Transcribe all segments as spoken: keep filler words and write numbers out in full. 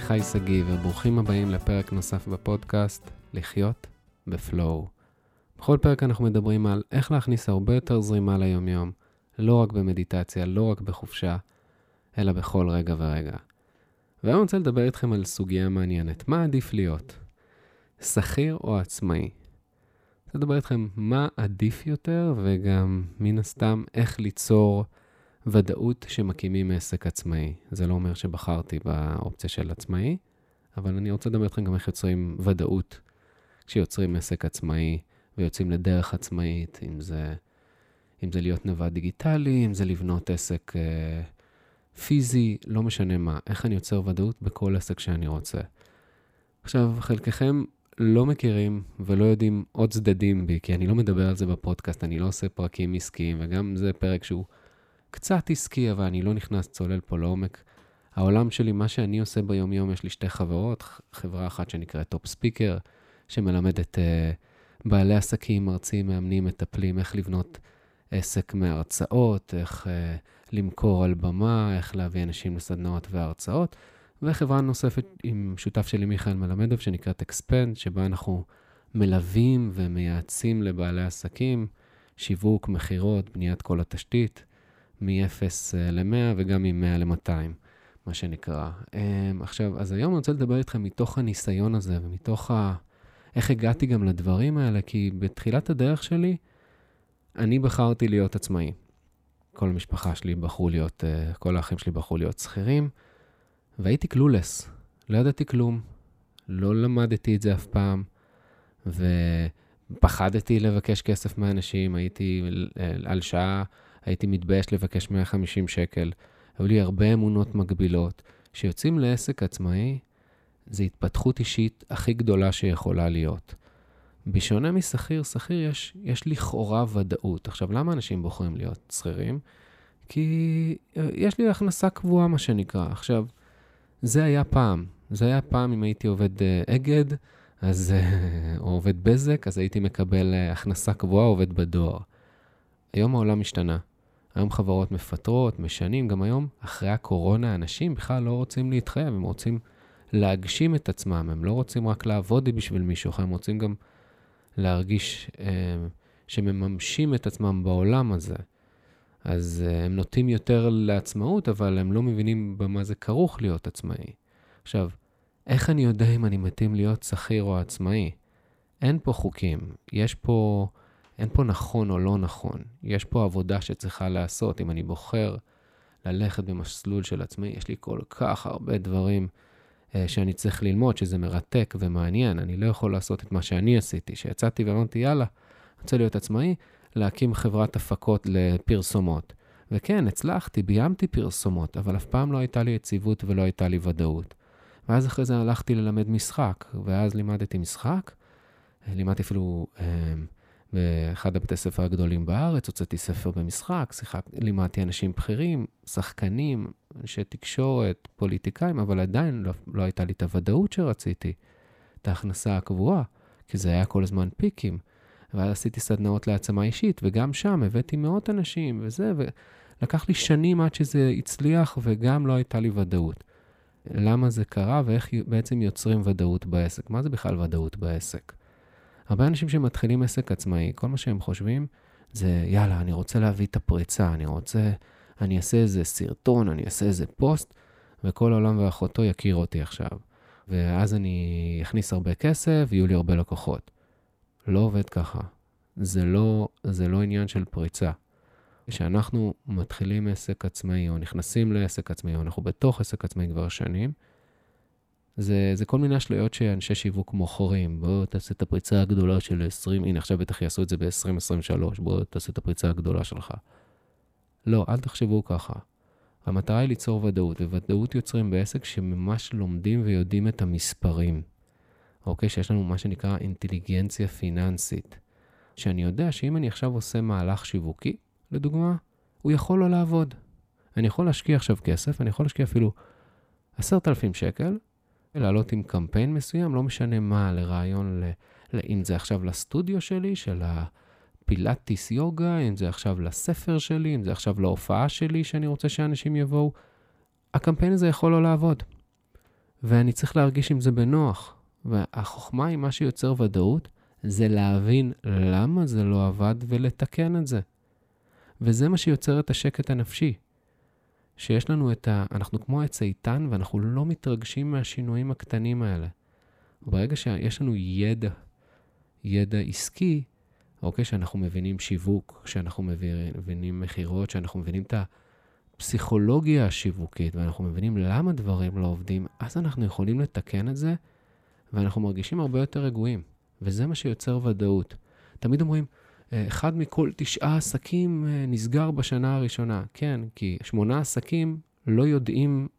חי סגי וברוכים הבאים לפרק נוסף בפודקאסט לחיות בפלואו. בכל פרק אנחנו מדברים על איך להכניס הרבה יותר זרימה ליומיום, לא רק במדיטציה, לא רק בחופשה, אלא בכל רגע ורגע. והיום אני רוצה לדבר איתכם על סוגיה מעניינת. מה עדיף להיות? שכיר או עצמאי? אני רוצה לדבר איתכם מה עדיף יותר וגם מן הסתם איך ליצור ודאות שמקימים עסק עצמאי. זה לא אומר שבחרתי באופציה של עצמאי, אבל אני רוצה לדבר איתכם גם איך יוצרים ודאות כשיוצרים עסק עצמאי ויוצאים לדרך עצמאית, אם זה, אם זה להיות נווד דיגיטלי, אם זה לבנות עסק אה, פיזי, לא משנה מה. איך אני יוצר ודאות בכל עסק שאני רוצה. עכשיו, חלקכם לא מכירים ולא יודעים עוד צדדים בי, כי אני לא מדבר על זה בפודקאסט, אני לא עושה פרקים עסקיים, וגם זה פרק שהוא קצת עסקי, אבל אני לא נכנס צולל פה לעומק. העולם שלי, מה שאני עושה ביום יום, יש לי שתי חברות, חברה אחת שנקראת טופ ספיקר, שמלמדת uh, בעלי עסקים, מרצים, מאמנים, מטפלים, איך לבנות עסק מהרצאות, איך uh, למכור על במה, איך להביא אנשים לסדנאות והרצאות, וחברה נוספת עם שותף שלי מיכאל מלמדוב, שנקראת אקספנד, שבה אנחנו מלווים ומייעצים לבעלי עסקים, שיווק, מחירות, בניית כל התשתית, מ-אפס ל-מאה וגם מ-מאה ל-מאתיים, מה שנקרא. עכשיו, אז היום אני רוצה לדבר איתכם מתוך הניסיון הזה, ומתוך ה... איך הגעתי גם לדברים האלה, כי בתחילת הדרך שלי, אני בחרתי להיות עצמאי. כל המשפחה שלי בחרו להיות, כל האחים שלי בחרו להיות שכירים, והייתי קלולס, לא ידעתי כלום, לא למדתי את זה אף פעם, ופחדתי לבקש כסף מאנשים, הייתי על שעה, הייתי מתבייש לבקש מאה וחמישים שקל. היו לי הרבה אמונות מגבילות. שיוצאים לעסק עצמאי, זה התפתחות אישית הכי גדולה שיכולה להיות. בשונה משכיר, שכיר יש, יש לכאורה ודאות. עכשיו, למה אנשים בוחרים להיות שכירים? כי יש לי הכנסה קבועה, מה שנקרא. עכשיו, זה היה פעם. זה היה פעם אם הייתי עובד אגד, אז, או עובד בזק, אז הייתי מקבל הכנסה קבועה, עובד בדואר. היום העולם משתנה. היום חברות מפטרות, משנים, גם היום, אחרי הקורונה, אנשים בכלל לא רוצים להתחייב, הם רוצים להגשים את עצמם, הם לא רוצים רק לעבוד בשביל מישהו, הם רוצים גם להרגיש אה, שמממשים את עצמם בעולם הזה. אז אה, הם נוטים יותר לעצמאות, אבל הם לא מבינים במה זה כרוך להיות עצמאי. עכשיו, איך אני יודע אם אני מתאים להיות שכיר או עצמאי? אין פה חוקים, יש פה... אין פה נכון או לא נכון. יש פה עבודה שצריכה לעשות. אם אני בוחר ללכת במסלול של עצמי, יש לי כל כך הרבה דברים uh, שאני צריך ללמוד, שזה מרתק ומעניין. אני לא יכול לעשות את מה שאני עשיתי. שיצאתי ואמרתי, יאללה, אני רוצה להיות עצמאי, להקים חברת הפקות לפרסומות. וכן, הצלחתי, ביימתי פרסומות, אבל אף פעם לא הייתה לי יציבות ולא הייתה לי ודאות. ואז אחרי זה הלכתי ללמד משחק, ואז לימדתי משחק. לימדתי אפילו... Uh, באחד הבתי ספר הגדולים בארץ, הוצאתי ספר במשחק, שיחק, לימדתי אנשים בכירים, שחקנים, אנשי תקשורת, פוליטיקאים, אבל עדיין לא, לא הייתה לי את הוודאות שרציתי, את ההכנסה הקבועה, כי זה היה כל הזמן פיקים, ואז עשיתי סדנאות להעצמה אישית, וגם שם הבאתי מאות אנשים וזה, ולקח לי שנים עד שזה הצליח, וגם לא הייתה לי ודאות. למה זה קרה, ואיך בעצם יוצרים ודאות בעסק? מה זה בכלל ודאות בעסק? הרבה אנשים שמתחילים עסק עצמאי, כל מה שהם חושבים זה, יאללה, אני רוצה להביא את הפריצה, אני רוצה, אני אעשה איזה סרטון, אני אעשה איזה פוסט, וכל העולם ואחותו יכיר אותי עכשיו. ואז אני אכניס הרבה כסף, ויהיו לי הרבה לקוחות. לא עובד ככה. זה לא, זה לא עניין של פריצה. כשאנחנו מתחילים עסק עצמאי, או נכנסים לעסק עצמאי, או אנחנו בתוך עסק עצמאי כבר שנים, זה, זה כל מיני אשליות שאנשי שיווק מוכרים. בוא תעשה את הפריצה הגדולה של עשרים, הנה עכשיו בטח יעשו את זה ב-עשרים עשרים ושלוש, בוא תעשה את הפריצה הגדולה שלך. לא, אל תחשבו ככה. המטרה היא ליצור ודאות, וודאות יוצרים בעסק שממש לומדים ויודעים את המספרים. אוקיי, שיש לנו מה שנקרא אינטליגנציה פיננסית. שאני יודע שאם אני עכשיו עושה מהלך שיווקי, לדוגמה, הוא יכול לא לעבוד. אני יכול להשקיע עכשיו כסף, אני יכול להשקיע אפילו עשרת אלפים שקל, לעלות עם קמפיין מסוים, לא משנה מה, לרעיון, ל... אם זה עכשיו לסטודיו שלי, של הפילאטיס יוגה, אם זה עכשיו לספר שלי, אם זה עכשיו להופעה שלי, שאני רוצה שאנשים יבואו, הקמפיין הזה יכול לא לעבוד. ואני צריך להרגיש עם זה בנוח. והחוכמה היא מה שיוצר ודאות, זה להבין למה זה לא עבד ולתקן את זה. וזה מה שיוצר את השקט הנפשי. שיש לנו את ה... אנחנו כמו עץ איתן, ואנחנו לא מתרגשים מהשינויים הקטנים האלה. וברגע שיש לנו ידע, ידע עסקי, אוקיי, שאנחנו מבינים שיווק, שאנחנו מבינים מחירות, שאנחנו מבינים את הפסיכולוגיה השיווקית, ואנחנו מבינים למה דברים לא עובדים, אז אנחנו יכולים לתקן את זה, ואנחנו מרגישים הרבה יותר רגועים. וזה מה שיוצר ודאות. תמיד אומרים, אחד מכל תשעה עסקים נסגר בשנה הראשונה. כן, כי שמונה עסקים לא יודעים,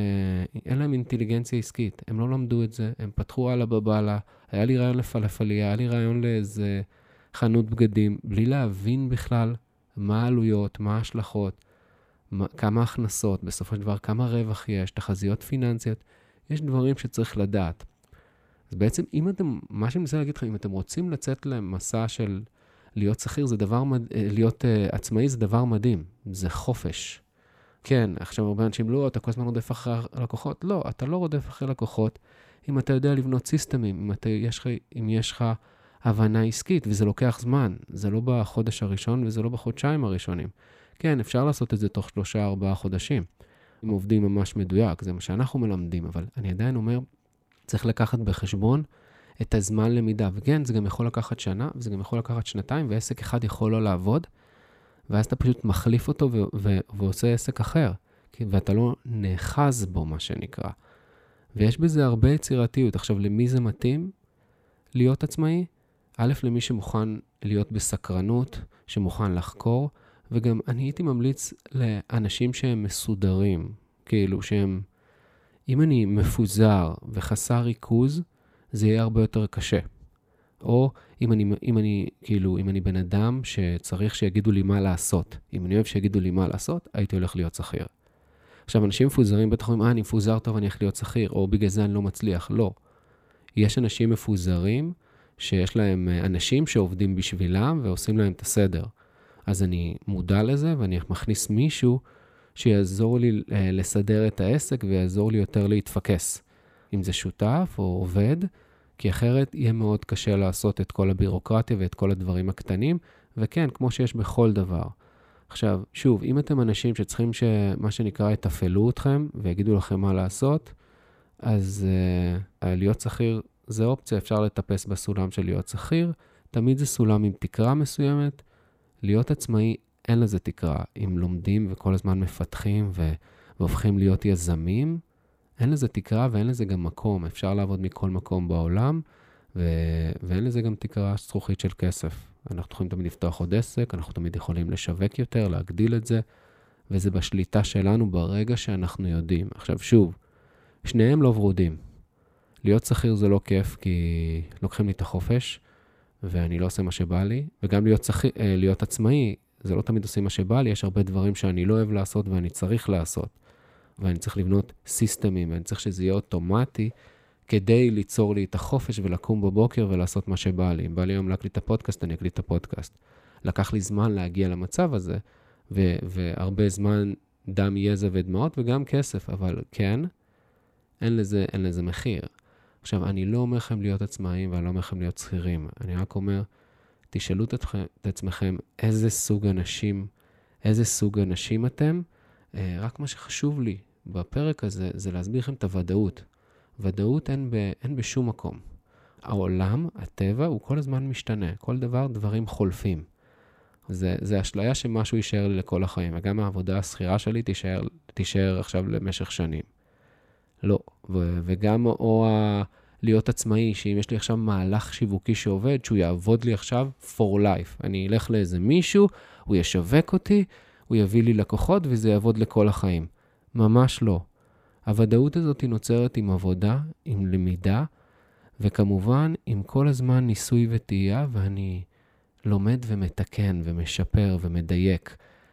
אין להם אינטליגנציה עסקית. הם לא למדו את זה, הם פתחו הלאה בבעלה, היה לי רעיון לפלפליה, היה לי רעיון לאיזה חנות בגדים, בלי להבין בכלל מה העלויות, מה ההשלכות, מה, כמה הכנסות, בסופו של דבר כמה רווח יש, תחזיות פיננסיות, יש דברים שצריך לדעת. אז בעצם, אם אתם, מה שאני מנסה להגיד לכם, אם אתם רוצים לצאת למסע של להיות שכיר, זה דבר, להיות uh, עצמאי זה דבר מדהים, זה חופש. כן, עכשיו הרבה אנשים לא, אתה כל הזמן רודף אחרי לקוחות. לא, אתה לא רודף אחרי לקוחות, אם אתה יודע לבנות סיסטמים, אם, אתה, יש, אם יש לך הבנה עסקית, וזה לוקח זמן, זה לא בחודש הראשון וזה לא בחודשיים הראשונים. כן, אפשר לעשות את זה תוך שלושה, ארבעה חודשים. אם עובדים ממש מדויק, זה מה שאנחנו מלמדים, אבל אני עדיין אומר, צריך לקחת בחשבון את הזמן למידה. וכן, זה גם יכול לקחת שנה, וזה גם יכול לקחת שנתיים, ועסק אחד יכול לא לעבוד, ואז אתה פשוט מחליף אותו ו- ו- ועושה עסק אחר, ואתה לא נאחז בו, מה שנקרא. ויש בזה הרבה יצירתיות. עכשיו, למי זה מתאים להיות עצמאי? א', למי שמוכן להיות בסקרנות, שמוכן לחקור, וגם אני הייתי ממליץ לאנשים שהם מסודרים, כאילו שהם, אם אני מפוזר וחסר ריכוז, זה יהיה הרבה יותר קשה. או אם אני, אם אני, כאילו, אם אני בן אדם שצריך שיגידו לי מה לעשות. אם אני אוהב שיגידו לי מה לעשות, הייתי הולך להיות שכיר. עכשיו, אנשים מפוזרים בטח אומרים, אה, אני מפוזר טוב, אני הולך להיות שכיר, או בגלל זה אני לא מצליח. לא. יש אנשים מפוזרים שיש להם אנשים שעובדים בשבילם ועושים להם את הסדר. אז אני מודע לזה ואני מכניס מישהו שיעזור לי לסדר את העסק ויעזור לי יותר להתפקס. אם זה שותף או עובד, כי אחרת יהיה מאוד קשה לעשות את כל הבירוקרטיה ואת כל הדברים הקטנים, וכן, כמו שיש בכל דבר. עכשיו, שוב, אם אתם אנשים שצריכים שמה שנקרא יתפעלו אתכם ויגידו לכם מה לעשות, אז uh, להיות שכיר זה אופציה, אפשר לטפס בסולם של להיות שכיר, תמיד זה סולם עם תקרה מסוימת, להיות עצמאי אין לזה תקרה, אם לומדים וכל הזמן מפתחים ו... והופכים להיות יזמים, אין לזה תקרה ואין לזה גם מקום, אפשר לעבוד מכל מקום בעולם, ו... ואין לזה גם תקרה זכוכית של כסף. אנחנו יכולים תמיד לפתוח עוד עסק, אנחנו תמיד יכולים לשווק יותר, להגדיל את זה, וזה בשליטה שלנו ברגע שאנחנו יודעים. עכשיו שוב, שניהם לא ורודים. להיות שכיר זה לא כיף, כי לוקחים לי את החופש, ואני לא עושה מה שבא לי, וגם להיות, שכיר, להיות עצמאי, זה לא תמיד עושים מה שבא לי, יש הרבה דברים שאני לא אוהב לעשות ואני צריך לעשות. ואני צריך לבנות סיסטמים, ואני צריך שזה יהיה אוטומטי, כדי ליצור לי את החופש ולקום בבוקר ולעשות מה שבא לי. אם בא לי היום להקליט את הפודקאסט, אני אקליט את הפודקאסט. לקח לי זמן להגיע למצב הזה, ו- והרבה זמן דם, יזע ודמעות, וגם כסף, אבל כן, אין לזה, אין לזה מחיר. עכשיו, אני לא אומר לכם להיות עצמאים, ואני לא אומר לכם להיות שכירים. אני רק אומר, תשאלו את, את עצמכם איזה סוג אנשים, איזה סוג אנשים אתם. רק מה שחשוב לי בפרק הזה, זה להסביר לכם את הוודאות. ודאות אין, ב, אין בשום מקום. העולם, הטבע, הוא כל הזמן משתנה. כל דבר, דברים חולפים. זה, זה אשליה שמשהו יישאר לי לכל החיים. וגם העבודה הסחירה שלי תישאר, תישאר עכשיו למשך שנים. לא. ו, וגם או ה, להיות עצמאי, שאם יש לי עכשיו מהלך שיווקי שעובד, שהוא יעבוד לי עכשיו for life. אני אלך לאיזה מישהו, הוא ישווק אותי, הוא יביא לי לקוחות, וזה יעבוד לכל החיים. ממש לא. הוודאות הזאת היא נוצרת עם עבודה, עם למידה, וכמובן עם כל הזמן ניסוי וטעייה, ואני לומד ומתקן ומשפר ומדייק.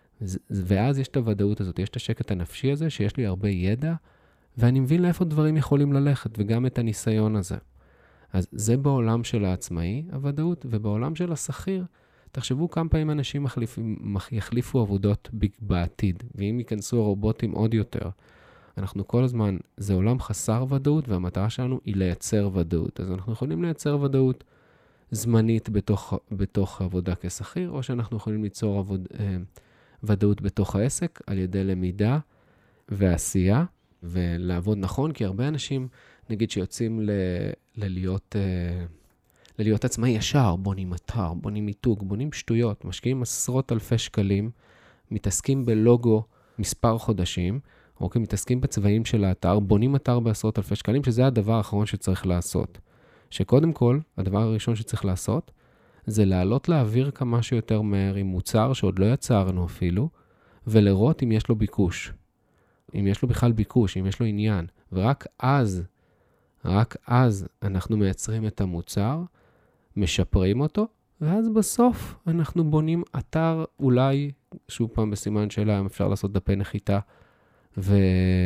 ואז יש את הוודאות הזאת, יש את השקט הנפשי הזה, שיש לי הרבה ידע, ואני מבין לאיפה דברים יכולים ללכת, וגם את הניסיון הזה. אז זה בעולם של העצמאי, הוודאות, ובעולם של השכיר, תחשבו כמה פעמים אנשים מחליפים, יחליפו עבודות בעתיד, ואם ייכנסו הרובוטים עוד יותר, אנחנו כל הזמן, זה עולם חסר ודאות, והמטרה שלנו היא לייצר ודאות. אז אנחנו יכולים לייצר ודאות זמנית בתוך, בתוך עבודה כשכיר, או שאנחנו יכולים ליצור עבוד, אה, ודאות בתוך העסק על ידי למידה ועשייה, ולעבוד נכון, כי הרבה אנשים, נגיד, שיוצאים ל, ללהיות, אה, ללהיות עצמאי ישר, בונים אתר, בונים מיתוג, בונים שטויות, משקיעים עשרות אלפי שקלים, מתעסקים בלוגו מספר חודשים, אוקיי, מתעסקים בצבעים של האתר, בונים אתר בעשרות אלפי שקלים, שזה הדבר האחרון שצריך לעשות. שקודם כל, הדבר הראשון שצריך לעשות, זה לעלות לאוויר כמה שיותר מהר עם מוצר שעוד לא יצרנו אפילו, ולראות אם יש לו ביקוש. אם יש לו בכלל ביקוש, אם יש לו עניין. ורק אז, רק אז אנחנו מייצרים את המוצר, משפרים אותו, ואז בסוף אנחנו בונים אתר, אולי, שוב פעם בסימן שאלה, אם אפשר לעשות דפי נחיתה, ו...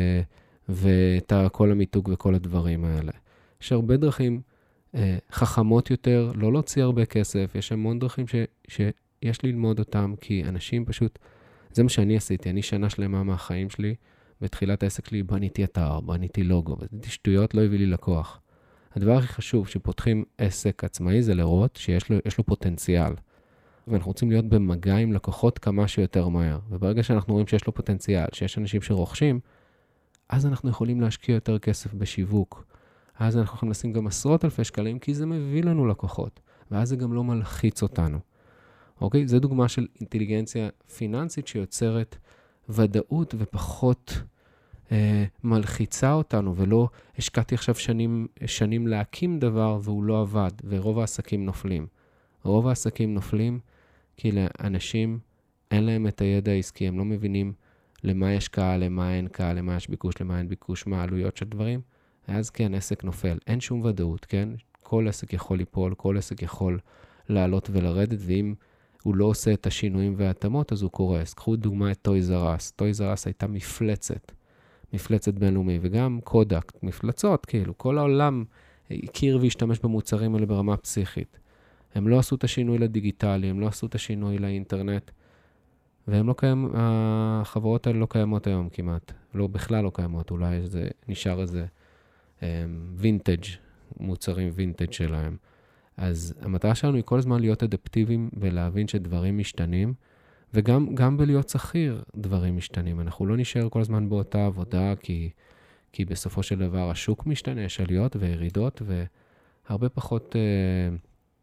ואת כל המיתוג וכל הדברים האלה. יש הרבה דרכים אה, חכמות יותר, לא להוציא הרבה כסף, יש המון דרכים ש... שיש ללמוד אותם, כי אנשים פשוט, זה מה שאני עשיתי, אני שנה שלמה מהחיים שלי, בתחילת העסק שלי בניתי אתר, בניתי לוגו, בניתי שטויות, לא הביא לי לקוח. הדבר הכי חשוב שפותחים עסק עצמאי זה לראות שיש לו, יש לו פוטנציאל. ואנחנו רוצים להיות במגע עם לקוחות כמה שיותר מהר. וברגע שאנחנו רואים שיש לו פוטנציאל, שיש אנשים שרוכשים, אז אנחנו יכולים להשקיע יותר כסף בשיווק. אז אנחנו יכולים לשים גם עשרות אלפי שקלים, כי זה מביא לנו לקוחות. ואז זה גם לא מלחיץ אותנו. אוקיי? זו דוגמה של אינטליגנציה פיננסית שיוצרת ודאות ופחות אה, מלחיצה אותנו, ולא השקעתי עכשיו שנים, שנים להקים דבר והוא לא עבד, ורוב העסקים נופלים. רוב העסקים נופלים כי לאנשים אין להם את הידע העסקי, הם לא מבינים למה יש קהל, למה אין קהל, למה יש ביקוש, למה אין ביקוש, מה העלויות של דברים. אז כן, עסק נופל. אין שום ודאות, כן? כל עסק יכול ליפול, כל עסק יכול לעלות ולרדת, ואם הוא לא עושה את השינויים וההתאמות, אז הוא קורס. קחו דוגמה את טויז אר אס. טויז אר אס הייתה מפלצת, מפלצת בינלאומי, וגם קודק, מפלצות, כאילו, כל העולם הכיר והשתמש במוצרים האלה ברמה פסיכית. הם לא עשו את השינוי לדיגיטלי, הם לא עשו את השינוי לאינטרנט, והם לא קיים, החברות האלה לא קיימות היום כמעט. לא, בכלל לא קיימות, אולי זה נשאר איזה וינטג', מוצרים וינטג' שלהם. אז המטרה שלנו היא כל הזמן להיות אדפטיביים ולהבין שדברים משתנים, וגם גם בלהיות שכיר דברים משתנים. אנחנו לא נשאר כל הזמן באותה עבודה, כי, כי בסופו של דבר השוק משתנה, יש עליות וירידות, והרבה פחות, אה,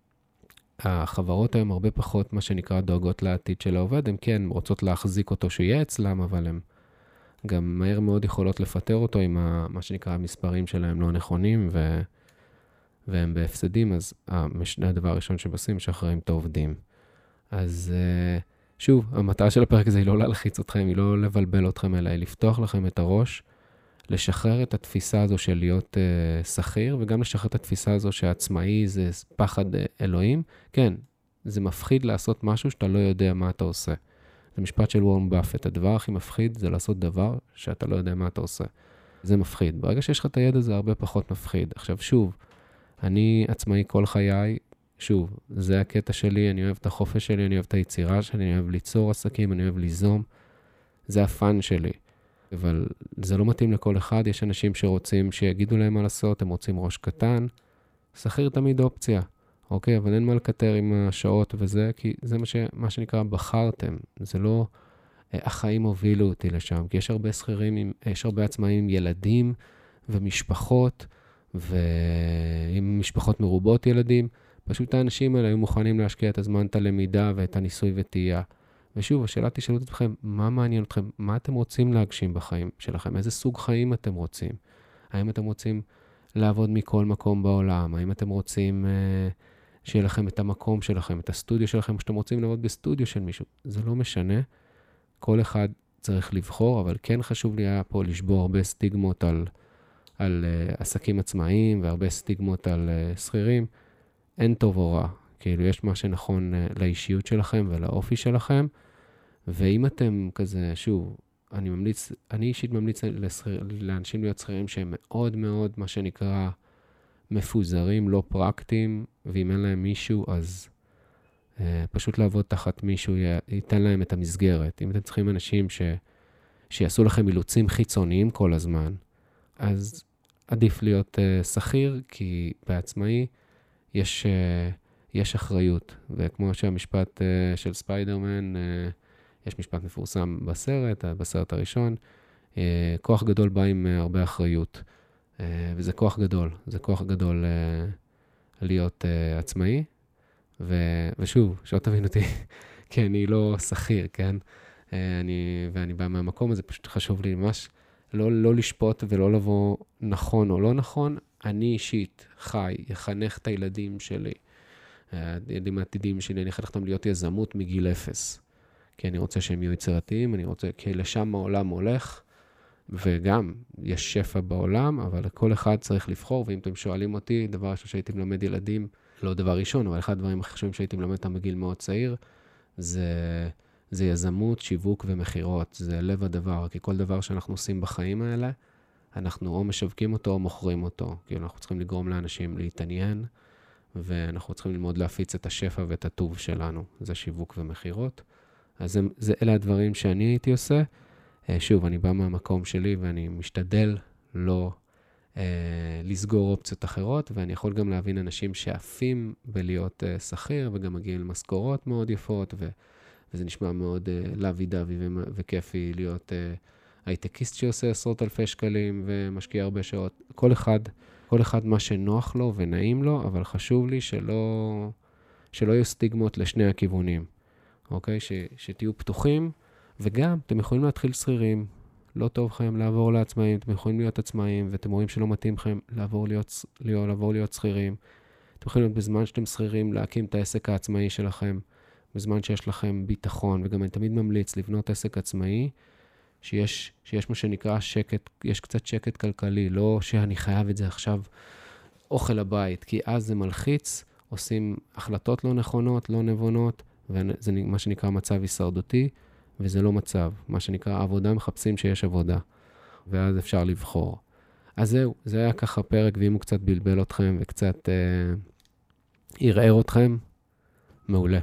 החברות היום הרבה פחות מה שנקרא דואגות לעתיד של העובד, הן כן רוצות להחזיק אותו שיהיה אצלם, אבל הן גם מהר מאוד יכולות לפטר אותו עם ה, מה שנקרא המספרים שלהם לא נכונים, ו... והם בהפסדים, אז הדבר הראשון שבשים, שחררים את העובדים. אז שוב, המטרה של הפרק הזה היא לא להלחיץ אתכם, היא לא לבלבל אתכם, אלא היא לפתוח לכם את הראש, לשחרר את התפיסה הזו של להיות uh, שכיר, וגם לשחרר את התפיסה הזו שעצמאי זה פחד uh, אלוהים. כן, זה מפחיד לעשות משהו שאתה לא יודע מה אתה עושה. זה משפט של וורן באפט, הדבר הכי מפחיד זה לעשות דבר שאתה לא יודע מה אתה עושה. זה מפחיד. ברגע שיש לך את הידע זה הרבה פחות מפחיד. עכשיו שוב, אני עצמאי כל חיי, שוב, זה הקטע שלי, אני אוהב את החופש שלי, אני אוהב את היצירה שלי, אני אוהב ליצור עסקים, אני אוהב ליזום, זה הפן שלי. אבל זה לא מתאים לכל אחד, יש אנשים שרוצים שיגידו להם מה לעשות, הם רוצים ראש קטן, שכיר תמיד אופציה, אוקיי? אבל אין מה לקטר עם השעות וזה, כי זה מה, ש, מה שנקרא בחרתם, זה לא, החיים הובילו אותי לשם, כי יש הרבה שכירים, יש הרבה עצמאים עם ילדים ומשפחות, ועם משפחות מרובות ילדים, פשוט האנשים האלה היו מוכנים להשקיע את הזמן, את הלמידה ואת הניסוי ותהייה. ושוב, השאלה תשאלו אתכם, מה מעניין אתכם? מה אתם רוצים להגשים בחיים שלכם? איזה סוג חיים אתם רוצים? האם אתם רוצים לעבוד מכל מקום בעולם? האם אתם רוצים uh, שיהיה לכם את המקום שלכם, את הסטודיו שלכם, או שאתם רוצים לעבוד בסטודיו של מישהו? זה לא משנה. כל אחד צריך לבחור, אבל כן חשוב לי היה פה לשבור הרבה סטיגמות על... על uh, עסקים עצמאיים והרבה סטיגמות על uh, שכירים, אין טוב או רע. כאילו יש מה שנכון uh, לאישיות שלכם ולאופי שלכם, ואם אתם כזה, שוב, אני ממליץ, אני אישית ממליץ לשכיר, לאנשים להיות שכירים שהם מאוד מאוד, מה שנקרא, מפוזרים, לא פרקטיים, ואם אין להם מישהו, אז uh, פשוט לעבוד תחת מישהו ייתן להם את המסגרת. אם אתם צריכים אנשים ש... שיעשו לכם אילוצים חיצוניים כל הזמן, אז עדיף להיות uh, שכיר, כי בעצמאי יש, uh, יש אחריות. וכמו שהמשפט uh, של ספיידרמן, uh, יש משפט מפורסם בסרט, בסרט הראשון, uh, כוח גדול בא עם uh, הרבה אחריות. Uh, וזה כוח גדול, זה כוח גדול uh, להיות uh, עצמאי. ו- ושוב, שלא תבין אותי, כי אני לא שכיר, כן? Uh, אני, ואני בא מהמקום הזה, פשוט חשוב לי ממש לא, לא לשפוט ולא לבוא נכון או לא נכון. אני אישית חי, יחנך את הילדים שלי, הילדים העתידים שלי, אני אחנך אותם להיות יזמות מגיל אפס. כי אני רוצה שהם יהיו יצירתיים, אני רוצה, כי לשם העולם הולך, וגם יש שפע בעולם, אבל כל אחד צריך לבחור, ואם אתם שואלים אותי, דבר ראשון שהייתי מלמד ילדים, לא דבר ראשון, אבל אחד הדברים הכי חשובים שהייתי מלמד אותם בגיל מאוד צעיר, זה, זה יזמות, שיווק ומחירות. זה לב הדבר, כי כל דבר שאנחנו עושים בחיים האלה, אנחנו או משווקים אותו או מוכרים אותו. כאילו אנחנו צריכים לגרום לאנשים להתעניין, ואנחנו צריכים ללמוד להפיץ את השפע ואת הטוב שלנו. זה שיווק ומחירות. אז זה, זה, אלה הדברים שאני הייתי עושה. שוב, אני בא מהמקום שלי ואני משתדל לא אה, לסגור אופציות אחרות, ואני יכול גם להבין אנשים שעפים בלהיות אה, שכיר, וגם מגיעים למשכורות מאוד יפות, ו, וזה נשמע מאוד אה, לוי דווי ו, וכיפי להיות אה, הייטקיסט שעושה עשרות אלפי שקלים ומשקיע הרבה שעות. כל אחד, כל אחד מה שנוח לו ונעים לו, אבל חשוב לי שלא, שלא יהיו סטיגמות לשני הכיוונים. אוקיי? ש, שתהיו פתוחים, וגם אתם יכולים להתחיל שכירים, לא טוב לכם לעבור לעצמאים, אתם יכולים להיות עצמאים, ואתם רואים שלא מתאים לכם לעבור להיות, לעבור להיות שכירים. אתם יכולים להיות בזמן שאתם שכירים להקים את העסק העצמאי שלכם, בזמן שיש לכם ביטחון, וגם אני תמיד ממליץ לבנות עסק עצמאי, שיש, שיש מה שנקרא שקט, יש קצת שקט כלכלי, לא שאני חייב את זה עכשיו אוכל הבית, כי אז זה מלחיץ, עושים החלטות לא נכונות, לא נבונות, וזה מה שנקרא מצב הישרדותי, וזה לא מצב. מה שנקרא עבודה, מחפשים שיש עבודה, ואז אפשר לבחור. אז זהו, זה היה ככה פרק, ואם הוא קצת בלבל אתכם וקצת אה, ירער אתכם, מעולה.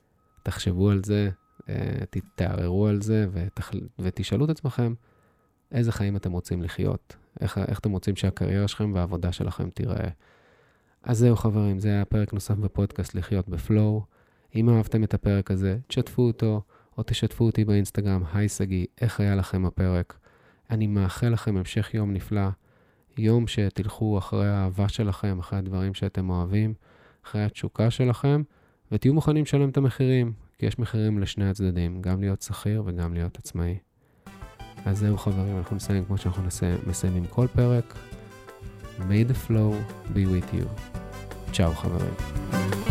תחשבו על זה, אה, תתערערו על זה, ותח... ותשאלו את עצמכם, איזה חיים אתם רוצים לחיות? איך, איך אתם רוצים שהקריירה שלכם והעבודה שלכם תיראה? אז זהו חברים, זה היה פרק נוסף בפודקאסט לחיות בפלואו. אם אהבתם את הפרק הזה, תשתפו אותו, או תשתפו אותי באינסטגרם, היי סגי, איך היה לכם הפרק? אני מאחל לכם המשך יום נפלא, יום שתלכו אחרי האהבה שלכם, אחרי הדברים שאתם אוהבים, אחרי התשוקה שלכם, ותהיו מוכנים לשלם את המחירים, כי יש מחירים לשני הצדדים, גם להיות שכיר וגם להיות עצמאי. אז זהו חברים, אנחנו נסיים כמו שאנחנו מסיימים כל פרק. May the flow be with you. צ'או חברים.